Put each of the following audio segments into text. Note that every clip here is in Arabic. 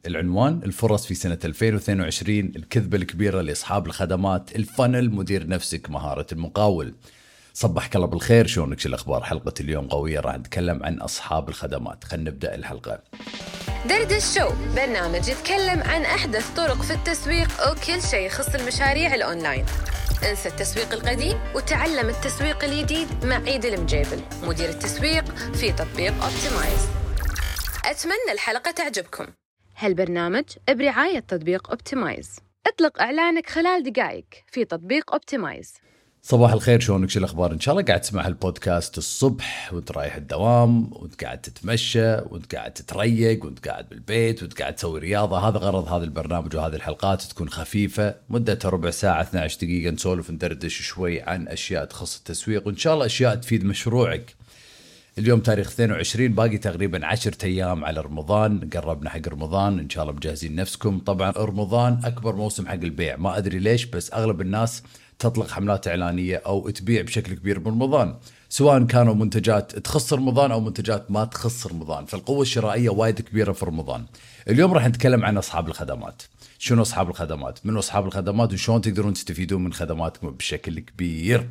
العنوان: الفرص في سنة 2022، الكذبة الكبيرة لأصحاب الخدمات، الفنل، مدير نفسك، مهارة المقاول. صبحك الله بالخير، شلونك؟ شو الأخبار؟ حلقة اليوم قوية، راح نتكلم عن أصحاب الخدمات. خلينا نبدأ الحلقة. دردش شو برنامج يتكلم عن أحدث طرق في التسويق وكل شيء يخص المشاريع الأونلاين. انسى التسويق القديم وتعلم التسويق الجديد مع عيد المجيبل، مدير التسويق في تطبيق أوبتمايز. أتمنى الحلقة تعجبكم. هالبرنامج برعاية تطبيق أوبتمايز. اطلق إعلانك خلال دقائق في تطبيق أوبتمايز. صباح الخير، شلونك؟ شو الأخبار؟ إن شاء الله قاعد تسمع هالبودكاست الصبح وانت رايح الدوام، وانت قاعد تتمشى، وانت قاعد تتريق، وانت قاعد بالبيت، وانت قاعد تسوي رياضة. هذا غرض هذا البرنامج وهذه الحلقات، تكون خفيفة، مدتها ربع ساعة 12 دقيقة، نسولف ندردش شوي عن أشياء تخص التسويق، وإن شاء الله أشياء تفيد مشروعك. اليوم تاريخ 22، باقي تقريبا 10 أيام على رمضان. قربنا حق رمضان، إن شاء الله مجهزين نفسكم. طبعا رمضان أكبر موسم حق البيع، ما أدري ليش بس أغلب الناس تطلق حملات إعلانية أو تبيع بشكل كبير برمضان، سواء كانوا منتجات تخص رمضان أو منتجات ما تخص رمضان، فالقوة الشرائية وايد كبيرة في رمضان. اليوم راح نتكلم عن أصحاب الخدمات. شنو أصحاب الخدمات؟ من أصحاب الخدمات وشون تقدرون تستفيدون من خدماتكم بشكل كبير.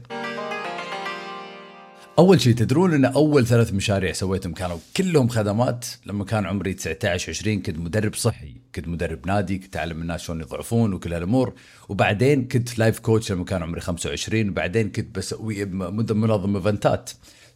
أول شيء، تدرون أن أول 3 مشاريع سويتهم كانوا كلهم خدمات. لما كان عمري 19-20 كنت مدرب صحي، كنت مدرب نادي، كنت أعلم الناس شلون يضعفون وكل هالأمور. وبعدين كنت لايف كوتش لما كان عمري 25. وبعدين كنت بسوي منظم إيفنتات.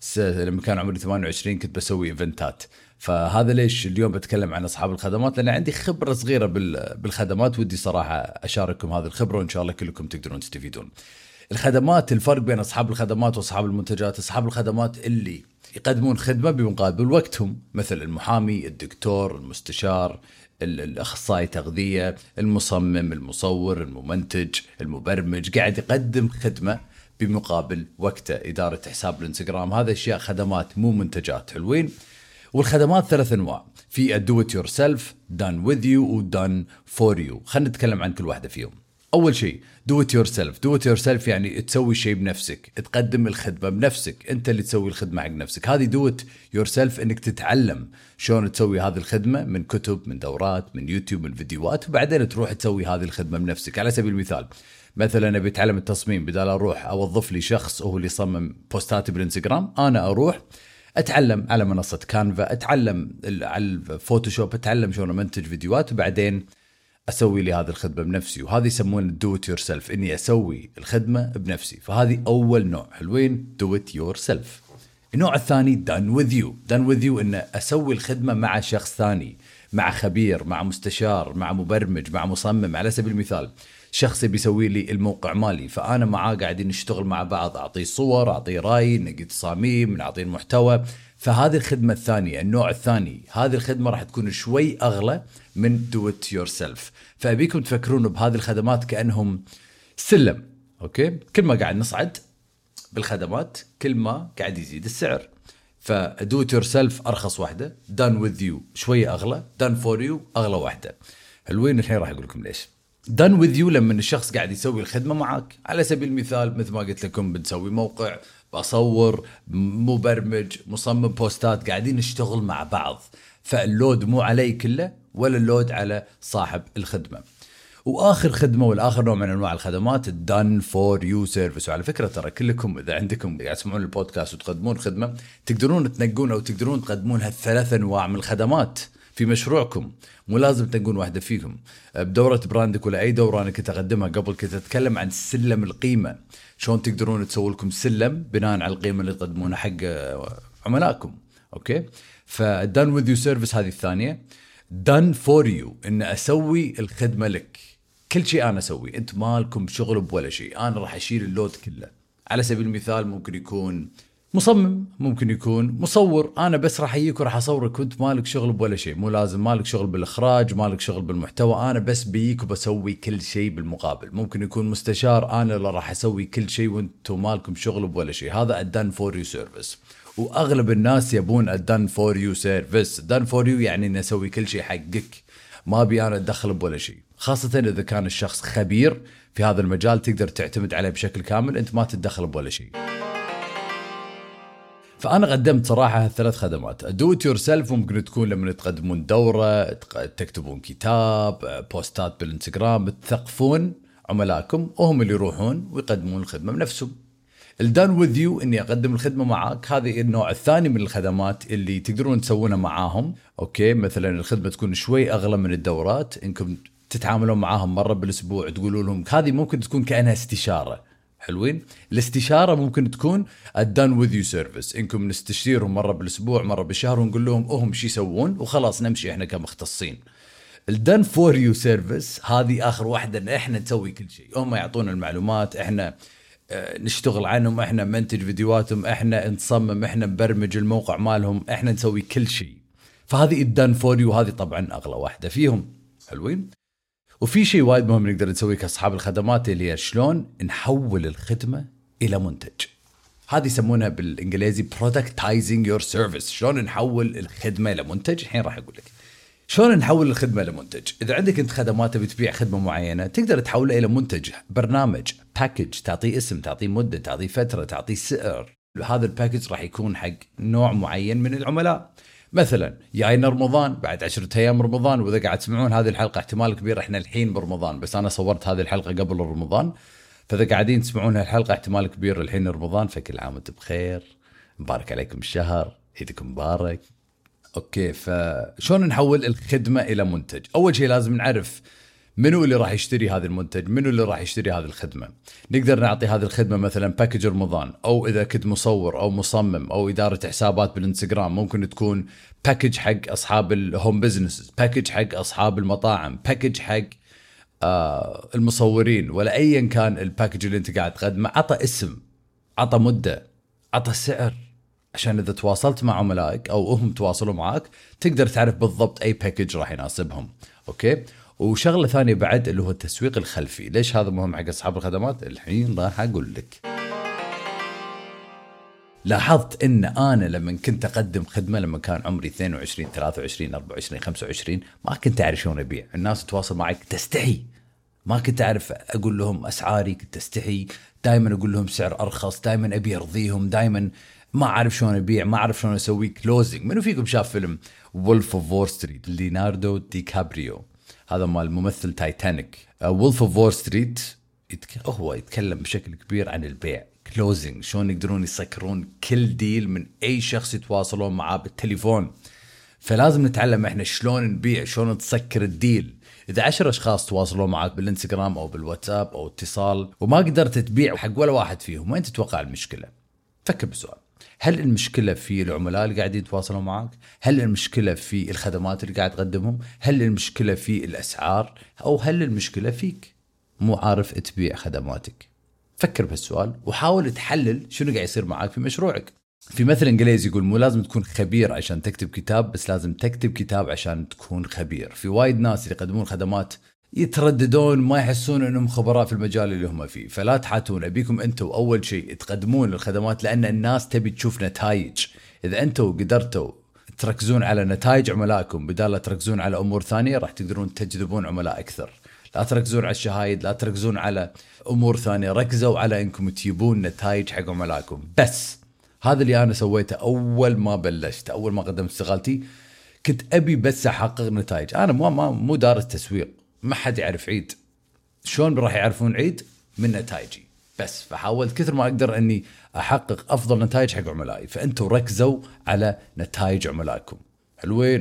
لما كان عمري 28 كنت بسوي إيفنتات. فهذا ليش اليوم بتكلم عن أصحاب الخدمات، لأن عندي خبرة صغيرة بالخدمات، ودي صراحة أشارككم هذه الخبرة، وإن شاء الله كلكم تقدرون تستفيدون. الخدمات، الفرق بين أصحاب الخدمات وأصحاب المنتجات: أصحاب الخدمات اللي يقدمون خدمة بمقابل وقتهم، مثل المحامي، الدكتور، المستشار، الأخصائي تغذية، المصمم، المصور، الممنتج، المبرمج، قاعد يقدم خدمة بمقابل وقته. إدارة حساب الانستغرام، هذا أشياء خدمات مو منتجات. حلوين. والخدمات 3 أنواع: في do it yourself، done with you، و done for you. خلينا نتكلم عن كل واحدة فيهم. أول شيء do it yourself. do it yourself يعني تسوي شيء بنفسك، تقدم الخدمة بنفسك، أنت اللي تسوي الخدمة حق نفسك. هذه do it yourself، إنك تتعلم شلون تسوي هذه الخدمة من كتب، من دورات، من يوتيوب، من فيديوهات، وبعدين تروح تسوي هذه الخدمة بنفسك. على سبيل المثال، مثلا أنا بتعلم التصميم، بدال أروح أوظف لي شخص وهو اللي يصمم بوستاتي بالإنستغرام، أنا أروح أتعلم على منصة كانفا، أتعلم على الفوتوشوب، أتعلم شلون أمنتج فيديوهات، وبعدين أسوي لي هذه الخدمة بنفسي. وهذه يسمونه do it yourself، إني أسوي الخدمة بنفسي. فهذه أول نوع. حلوين. do it yourself. النوع الثاني done with you. done with you إن أسوي الخدمة مع شخص ثاني، مع خبير، مع مستشار، مع مبرمج، مع مصمم. على سبيل المثال، شخص بيسوي لي الموقع مالي، فأنا معاه قاعدين نشتغل مع بعض، أعطيه صور، أعطيه رأي، نقي تصاميم، نعطيه المحتوى. فهذه الخدمة الثانية، النوع الثاني. هذه الخدمة راح تكون شوي أغلى من do it yourself. فأبيكم تفكرون بهذه الخدمات كأنهم سلم. أوكي، كل ما قاعد نصعد بالخدمات كل ما قاعد يزيد السعر. فdo it yourself أرخص واحدة، done with you شوي أغلى، done for you أغلى واحدة. حلوين. الحين راح أقول لكم ليش. done with you لما الشخص قاعد يسوي الخدمة معك. على سبيل المثال، مثل ما قلت لكم، بنسوي موقع، بصور، مبرمج، مصمم بوستات، قاعدين نشتغل مع بعض، فاللود مو علي كله ولا اللود على صاحب الخدمة. وآخر خدمة والآخر نوع من أنواع الخدمات done for you service. وعلى فكرة ترى كلكم إذا عندكم قاعد تسمعون البودكاست وتقدمون خدمة، تقدرون تنقون أو تقدرون تقدمون هالثلاث أنواع من الخدمات في مشروعكم، مو لازم تنقون واحدة فيكم. بدورة براندك ولا أي دورة أنا كنت أقدمها قبل، كنت أتكلم عن سلم القيمة، شلون تقدرون تسوي لكم سلم بناء على القيمة اللي تقدمونها حق عملائكم. أوكي، فdone with you service هذه الثانية. done for you إن أسوي الخدمة لك، كل شيء أنا أسوي، أنت مالكم شغل بولا شيء، أنا راح أشيل اللود كله. على سبيل المثال، ممكن يكون مصمم، ممكن يكون مصور، أنا بس راح أجيك وراح أصورك، وأنت مالك شغل بولا شيء، مو لازم مالك شغل بالإخراج، مالك شغل بالمحتوى، أنا بس بيجيك وبسوي كل شيء بالمقابل. ممكن يكون مستشار، أنا اللي راح أسوي كل شيء وأنتم مالكم شغل بولا شيء. هذا done for you service. وأغلب الناس يبون done for you service. done for you يعني إن أسوي كل شيء حقك، ما بي أنا أدخل بولا شيء، خاصة إذا كان الشخص خبير في هذا المجال، تقدر تعتمد عليه بشكل كامل، أنت ما تتدخل بولا شيء. فأنا قدمت صراحة 3 خدمات. do it yourself ممكن تكون لما تقدمون دورة، تكتبون كتاب، بوستات بالانستغرام، تثقفون عملائكم وهم اللي يروحون ويقدمون الخدمة بنفسهم. done with you إني أقدم الخدمة معاك، هذه النوع الثاني من الخدمات اللي تقدرون تسوونها معاهم. أوكي، مثلا الخدمة تكون شوي أغلى من الدورات، إنكم تتعاملون معاهم مرة بالأسبوع، تقولوا لهم هذه ممكن تكون كأنها استشارة. حلوين. الاستشارة ممكن تكون done with you service، إنكم نستشيرهم مرة بالأسبوع مرة بالشهر ونقول لهم هم شي يسوون وخلاص نمشي إحنا كمختصين. done for you service هذه آخر واحدة، إن إحنا نسوي كل شيء، هم يعطونا المعلومات، إحنا نشتغل عنهم، إحنا منتج فيديوهاتهم، إحنا نصمم، إحنا نبرمج الموقع مالهم، إحنا نسوي كل شيء. فهذه done for you، وهذه طبعا أغلى واحدة فيهم. حلوين. وفي شيء وايد مهم نقدر نسويه كأصحاب الخدمات، اللي هي شلون نحول الخدمة إلى منتج. هذه يسمونها بالإنجليزي productizing your service، شلون نحول الخدمة إلى منتج. الحين راح أقول لك شلون نحول الخدمة إلى منتج. إذا عندك أنت خدمات بتبيع خدمة معينة، تقدر تحولها إلى منتج، برنامج، باكج، تعطيه اسم، تعطيه مدة، تعطيه فترة، تعطيه سعر. هذا الباكج راح يكون حق نوع معين من العملاء. مثلا جاينا رمضان، بعد 10 أيام رمضان، وإذا قاعد تسمعون هذه الحلقة احتمال كبير إحنا الحين برمضان، بس أنا صورت هذه الحلقة قبل رمضان، فإذا قاعدين تسمعون هالحلقة احتمال كبير الحين رمضان، فكل عام وانتم بخير، مبارك عليكم الشهر، عيدكم مبارك. أوكي، فشون نحول الخدمة إلى منتج؟ أول شيء لازم نعرف منو اللي راح يشتري هذا المنتج، منو اللي راح يشتري هذه الخدمة. نقدر نعطي هذه الخدمة مثلا باكج رمضان، أو إذا كنت مصور أو مصمم أو إدارة حسابات بالإنستغرام، ممكن تكون باكج حق أصحاب الهوم بيزنس، باكج حق أصحاب المطاعم، باكج حق المصورين، ولا أيا كان الباكج اللي أنت قاعد تقدمه. عطى اسم، عطى مدة، عطى سعر، عشان إذا تواصلت مع عملائك أو هم تواصلوا معك تقدر تعرف بالضبط أي باكج راح يناسبهم. أوكي. وشغلة ثانية بعد اللي هو التسويق الخلفي. ليش هذا مهم حق أصحاب الخدمات؟ الحين راح أقول لك. لاحظت إن أنا لما كنت أقدم خدمة، لما كان عمري 22 23 24 25، ما كنت أعرف شلون أبيع. الناس تواصل معي تستحي، ما كنت أعرف أقول لهم أسعاري، كنت أستحي، دائما أقول لهم سعر أرخص، دائما أبي أرضيهم، دائما ما أعرف شلون أبيع، ما أعرف شلون أسوي كلوزنج. منو فيكم شاف فيلم وولف أوف وول ستريت؟ ليوناردو دي كابريو، هذا مال ممثل تايتانيك. وولف أوف وول ستريت هو يتكلم بشكل كبير عن البيع، كلوزنج، شلون يقدرون يسكرون كل ديل من أي شخص يتواصلون معاه بالتليفون. فلازم نتعلم إحنا شلون نبيع، شلون تسكر الديل. إذا 10 أشخاص تواصلوا معك بالإنستغرام أو بالواتساب أو اتصال وما قدرت تبيع حق ولا واحد فيهم، وين تتوقع المشكلة؟ فكر بسؤال، هل المشكلة في العملاء اللي قاعدين يتواصلوا معك؟ هل المشكلة في الخدمات اللي قاعد تقدمهم؟ هل المشكلة في الأسعار؟ أو هل المشكلة فيك مو عارف تبيع خدماتك؟ فكر بهالسؤال وحاول تحلل شنو قاعد يصير معك في مشروعك. في مثل إنجليزي يقول مو لازم تكون خبير عشان تكتب كتاب، بس لازم تكتب كتاب عشان تكون خبير. في وايد ناس اللي يقدمون خدمات يترددون، ما يحسون انهم خبراء في المجال اللي هم فيه. فلا تحاتون، ابيكم انتم اول شيء تقدمون الخدمات، لان الناس تبي تشوف نتائج. اذا انتم قدرتوا تركزون على نتائج عملائكم بدال لا تركزون على امور ثانيه، راح تقدرون تجذبون عملاء اكثر. لا تركزون على الشهايد، لا تركزون على امور ثانيه، ركزوا على انكم تجيبون نتائج حق عملائكم بس. هذا اللي انا سويته اول ما بلشت، اول ما قدمت استقالتي، كنت ابي بس احقق نتائج. انا مو دارس تسويق، ما حد يعرف عيد. شلون راح يعرفون عيد؟ من نتائجي بس. فحاولت كثر ما أقدر أني أحقق أفضل نتائج حق عملائي. فأنتوا ركزوا على نتائج عملائكم. حلوين.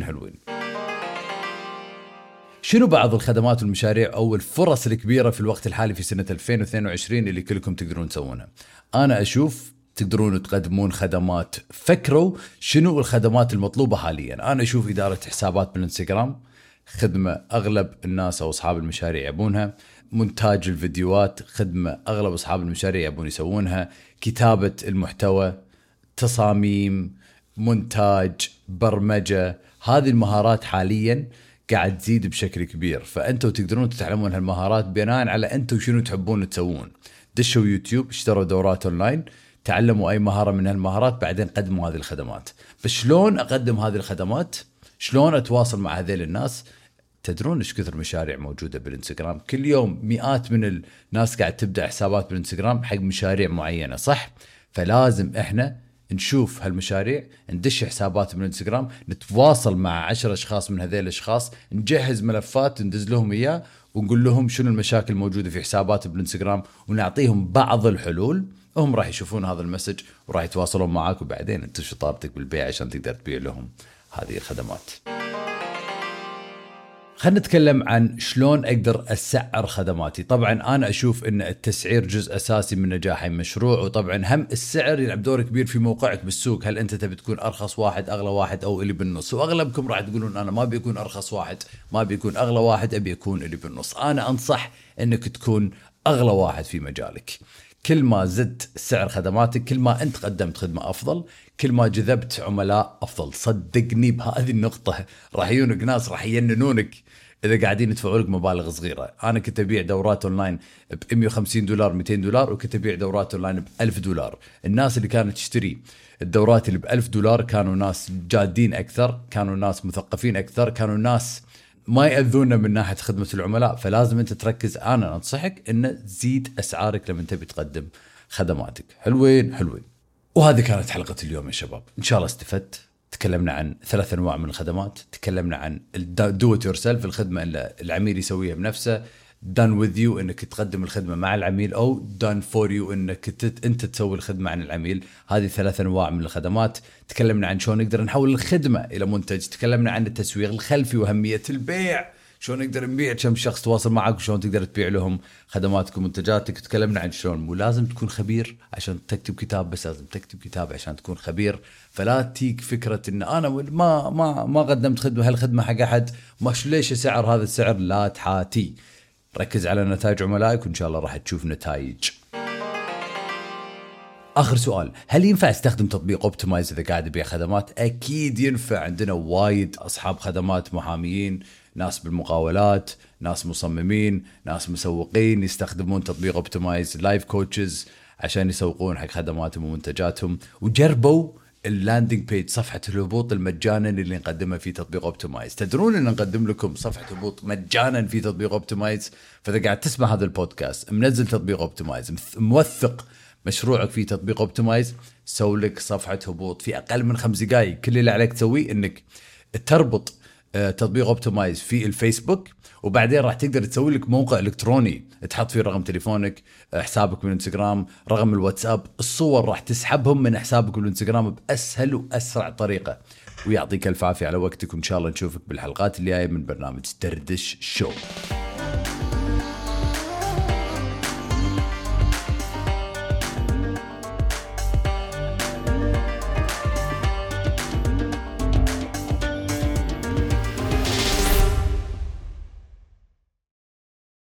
شنو بعض الخدمات والمشاريع أو الفرص الكبيرة في الوقت الحالي في سنة 2022 اللي كلكم تقدرون تسوونها؟ أنا أشوف تقدرون تقدمون خدمات. فكروا شنو الخدمات المطلوبة حاليا. أنا أشوف إدارة حسابات بالإنستغرام، خدمة أغلب الناس أو أصحاب المشاريع يبونها. مونتاج الفيديوهات، خدمة أغلب أصحاب المشاريع يبون يسوونها. كتابة المحتوى، تصاميم، مونتاج، برمجة، هذه المهارات حاليا قاعد تزيد بشكل كبير. فأنتوا تقدرون تتعلمون هالمهارات بناء على أنتوا شنو تحبون تسوون. دشوا يوتيوب، اشتروا دورات أونلاين، تعلموا أي مهارة من هالمهارات، بعدين قدموا هذه الخدمات. بس شلون أقدم هذه الخدمات؟ شلون أتواصل مع هذيل الناس؟ تدرون إيش كثر مشاريع موجودة بالإنستغرام؟ كل يوم مئات من الناس قاعد تبدأ حسابات بالإنستغرام حق مشاريع معينة، صح؟ فلازم إحنا نشوف هالمشاريع، ندش حسابات من الانستغرام، نتواصل مع 10 أشخاص من هذيل الأشخاص، نجهز ملفات ندز لهم إياه ونقول لهم شنو المشاكل الموجودة في حسابات بالانستغرام، ونعطيهم بعض الحلول. هم راح يشوفون هذا المسج وراح يتواصلون معاك، وبعدين انت شطارتك بالبيع عشان تقدر تبيع لهم هذه الخدمات. خلينا نتكلم عن شلون أقدر أسعر خدماتي. طبعا أنا أشوف أن التسعير جزء أساسي من نجاح أي مشروع، وطبعا هم السعر يلعب دور كبير في موقعك بالسوق. هل أنت تبي تكون أرخص واحد، أغلى واحد، أو اللي بالنص؟ وأغلبكم راح تقولون أنا ما بيكون أرخص واحد، ما بيكون أغلى واحد، أبي يكون اللي بالنص. أنا أنصح أنك تكون أغلى واحد في مجالك. كل ما زدت سعر خدماتك، كل ما أنت قدمت خدمة أفضل، كل ما جذبت عملاء أفضل. صدقني بهذه النقطة راح يجونك ناس راح يننونك إذا قاعدين يدفعوا لك مبالغ صغيرة. أنا كنت أبيع دورات أونلاين $150 $200، وكنت أبيع دورات أونلاين $1000. الناس اللي كانت تشتري الدورات اللي $1000 كانوا ناس جادين أكثر، كانوا ناس مثقفين أكثر، كانوا ناس ما يأذونا من ناحية خدمة العملاء. فلازم أنت تركز. أنا أنصحك أن تزيد أسعارك لما تبي تقدم خدماتك. حلوين. وهذه كانت حلقة اليوم يا شباب، إن شاء الله استفدت. تكلمنا عن 3 أنواع من الخدمات، تكلمنا عن do it yourself، الخدمة اللي العميل يسويها بنفسه، done with you إنك تقدم الخدمة مع العميل، أو done for you إنك أنت تسوي الخدمة عن العميل. هذه 3 أنواع من الخدمات. تكلمنا عن شلون نقدر نحول الخدمة إلى منتج، تكلمنا عن التسويق الخلفي وأهمية البيع، شلون نقدر نبيع، كم شخص تواصل معك وشلون تقدر تبيع لهم خدماتك ومنتجاتك. تكلمنا عن شلون مو لازم تكون خبير عشان تكتب كتاب، بس لازم تكتب كتاب عشان تكون خبير. فلا تيك فكرة إن أنا ما قدمت خدمة، هالخدمة حق أحد، مش ليش سعر هذا السعر. لا تحاتي، ركز على نتائج عملائك وإن شاء الله راح تشوف نتائج. آخر سؤال، هل ينفع استخدم تطبيق اوبتمايز إذا قاعد أبيع خدمات؟ أكيد ينفع. عندنا وايد أصحاب خدمات، محاميين، ناس بالمقاولات، ناس مصممين، ناس مسوقين يستخدمون تطبيق اوبتمايز، لايف كوتشز عشان يسوقون حق خدماتهم ومنتجاتهم. وجربوا اللاندنج بيج، صفحة الهبوط المجانا اللي نقدمها في تطبيق اوبتمايز. تدرون ان نقدم لكم صفحة هبوط مجانا في تطبيق اوبتمايز؟ فاذا قاعد تسمع هذا البودكاست منزل تطبيق اوبتمايز، موثق مشروعك في تطبيق اوبتمايز، سوي لك صفحة هبوط في اقل من 5 دقائق. كل اللي عليك تسويه انك تربط تطبيق اوبتمايز في الفيسبوك، وبعدين راح تقدر تسوي لك موقع الكتروني تحط فيه رقم تليفونك، حسابك من الانستغرام، رقم الواتساب. الصور راح تسحبهم من حسابك بالانستغرام بأسهل وأسرع طريقة. ويعطيك الف عافية على وقتك، وإن شاء الله نشوفك بالحلقات اللي جاية من برنامج دردش شو.